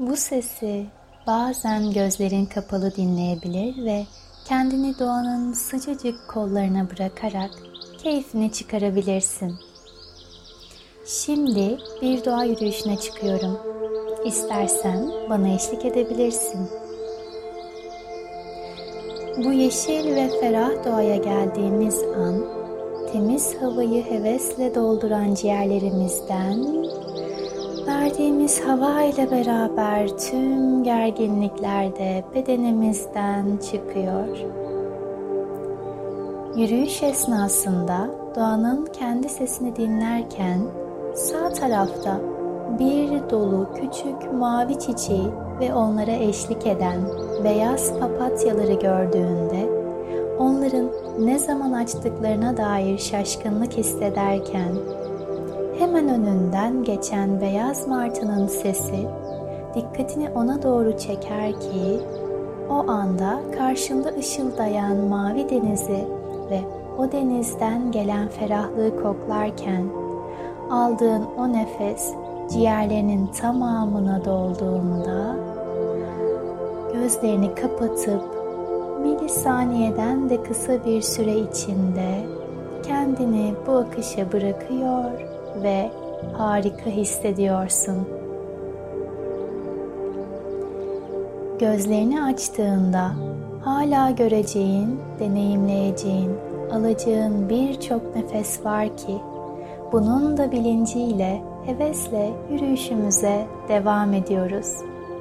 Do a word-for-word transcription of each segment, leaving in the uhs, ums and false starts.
Bu sesi bazen gözlerin kapalı dinleyebilir ve kendini doğanın sıcacık kollarına bırakarak keyfini çıkarabilirsin. Şimdi bir doğa yürüyüşüne çıkıyorum. İstersen bana eşlik edebilirsin. Bu yeşil ve ferah doğaya geldiğimiz an, temiz havayı hevesle dolduran ciğerlerimizden, verdiğimiz hava ile beraber tüm gerginlikler de bedenimizden çıkıyor. Yürüyüş esnasında doğanın kendi sesini dinlerken sağ tarafta bir dolu küçük mavi çiçeği ve onlara eşlik eden beyaz papatyaları gördüğünde onların ne zaman açtıklarına dair şaşkınlık hissederken hemen önünden geçen beyaz martının sesi dikkatini ona doğru çeker ki o anda karşında ışıldayan mavi denizi ve o denizden gelen ferahlığı koklarken aldığın o nefes ciğerlerinin tamamına dolduğunda gözlerini kapatıp milisaniyeden de kısa bir süre içinde kendini bu akışa bırakıyor ve harika hissediyorsun. Gözlerini açtığında hala göreceğin, deneyimleyeceğin, alacağın birçok nefes var ki bunun da bilinciyle, hevesle yürüyüşümüze devam ediyoruz.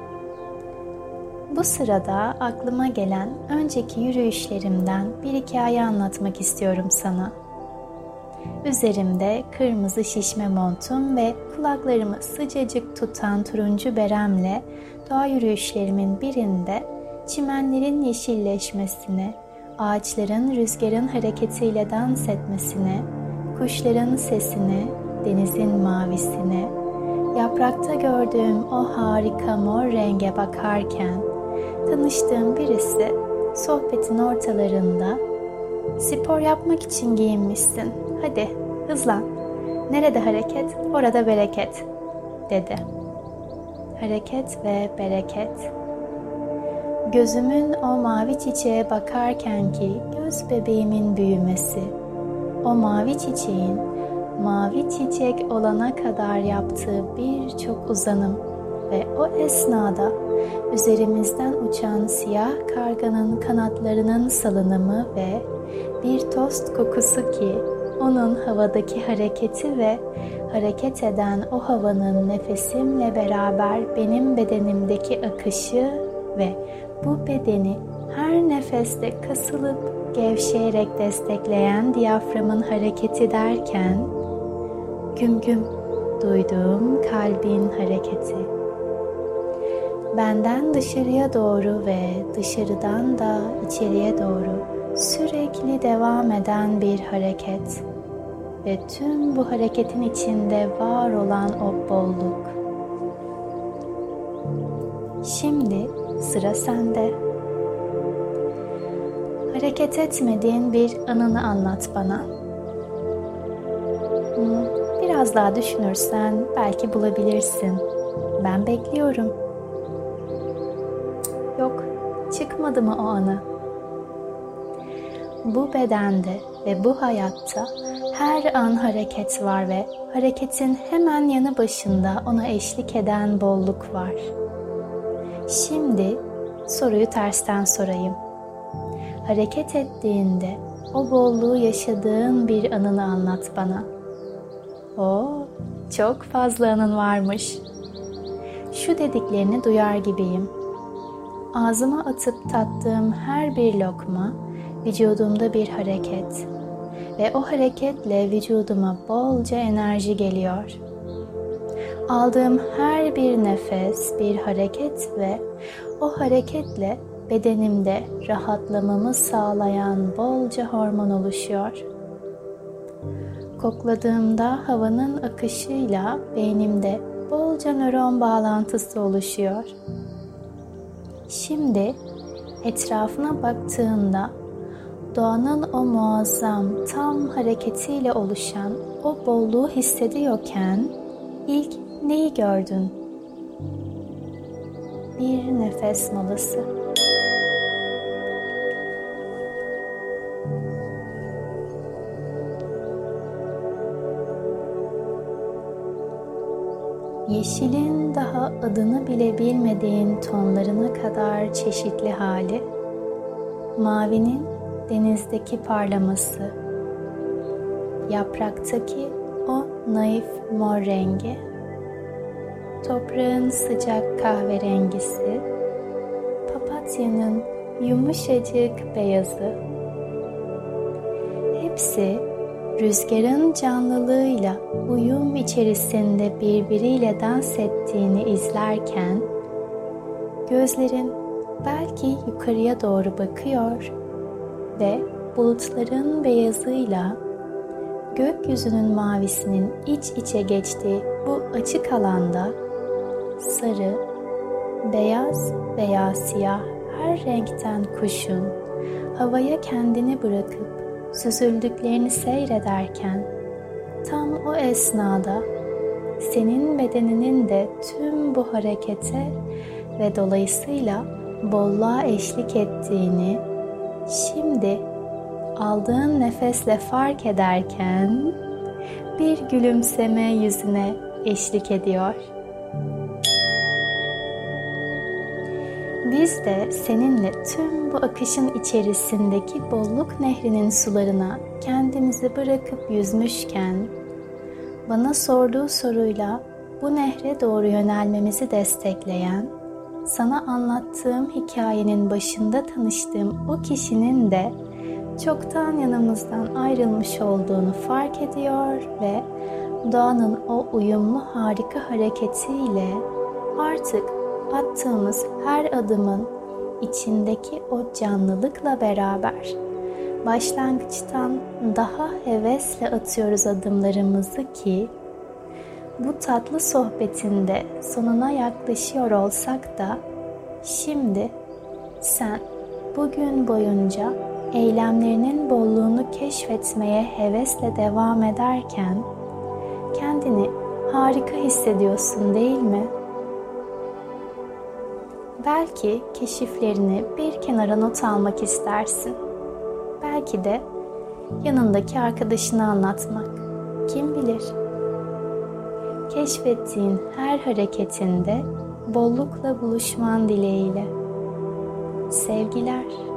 Bu sırada aklıma gelen önceki yürüyüşlerimden bir hikaye anlatmak istiyorum sana. Üzerimde kırmızı şişme montum ve kulaklarımı sıcacık tutan turuncu beremle doğa yürüyüşlerimin birinde çimenlerin yeşilleşmesine, ağaçların rüzgarın hareketiyle dans etmesine, kuşların sesine, denizin mavisine, yaprakta gördüğüm o harika mor renge bakarken tanıştığım birisi sohbetin ortalarında "Spor yapmak için giyinmişsin. Hadi hızlan. Nerede hareket, orada bereket," dedi. Hareket ve bereket. Gözümün o mavi çiçeğe bakarken ki göz bebeğimin büyümesi, o mavi çiçeğin mavi çiçek olana kadar yaptığı birçok uzanım ve o esnada üzerimizden uçan siyah karganın kanatlarının salınımı ve bir tost kokusu ki onun havadaki hareketi ve hareket eden o havanın nefesimle beraber benim bedenimdeki akışı ve bu bedeni her nefeste kasılıp gevşeyerek destekleyen diyaframın hareketi derken güm güm duyduğum kalbin hareketi. Benden dışarıya doğru ve dışarıdan da içeriye doğru sürekli devam eden bir hareket ve tüm bu hareketin içinde var olan o bolluk. Şimdi sıra sende. Hareket etmediğin bir anını anlat bana. Biraz daha düşünürsen belki bulabilirsin. Ben bekliyorum. Yok, çıkmadı mı o anı? Bu bedende ve bu hayatta her an hareket var ve hareketin hemen yanı başında ona eşlik eden bolluk var. Şimdi soruyu tersten sorayım. Hareket ettiğinde o bolluğu yaşadığın bir anını anlat bana. Oo, çok fazla anın varmış. Şu dediklerini duyar gibiyim. Ağzıma atıp tattığım her bir lokma vücudumda bir hareket ve o hareketle vücuduma bolca enerji geliyor. Aldığım her bir nefes bir hareket ve o hareketle bedenimde rahatlamamı sağlayan bolca hormon oluşuyor. Kokladığımda havanın akışıyla beynimde bolca nöron bağlantısı oluşuyor. Şimdi etrafına baktığında doğanın o muazzam tam hareketiyle oluşan o bolluğu hissediyorken ilk neyi gördün? bir nefes molası. Yeşilin daha adını bile bilmediğin tonlarına kadar çeşitli hali, mavinin denizdeki parlaması, yapraktaki o naif mor rengi, toprağın sıcak kahverengisi, papatyanın yumuşacık beyazı, hepsi rüzgarın canlılığıyla uyum içerisinde birbiriyle dans ettiğini izlerken, gözlerin belki yukarıya doğru bakıyor ve bulutların beyazıyla gökyüzünün mavisinin iç içe geçtiği bu açık alanda sarı, beyaz veya siyah her renkten kuşun havaya kendini bırakıp süzüldüklerini seyrederken, tam o esnada senin bedeninin de tüm bu harekete ve dolayısıyla bolluğa eşlik ettiğini şimdi aldığın nefesle fark ederken bir gülümseme yüzüne eşlik ediyor. Biz de seninle tüm bu akışın içerisindeki bolluk nehrinin sularına kendimizi bırakıp yüzmüşken, bana sorduğu soruyla bu nehre doğru yönelmemizi destekleyen, sana anlattığım hikayenin başında tanıştığım o kişinin de çoktan yanımızdan ayrılmış olduğunu fark ediyor ve doğanın o uyumlu harika hareketiyle artık attığımız her adımın içindeki o canlılıkla beraber başlangıçtan daha hevesle atıyoruz adımlarımızı ki bu tatlı sohbetinde sonuna yaklaşıyor olsak da şimdi sen bugün boyunca eylemlerinin bolluğunu keşfetmeye hevesle devam ederken kendini harika hissediyorsun değil mi? Belki keşiflerini bir kenara not almak istersin. Belki de yanındaki arkadaşına anlatmak. Kim bilir? Keşfettiğin her hareketinde bollukla buluşman dileğiyle. Sevgiler.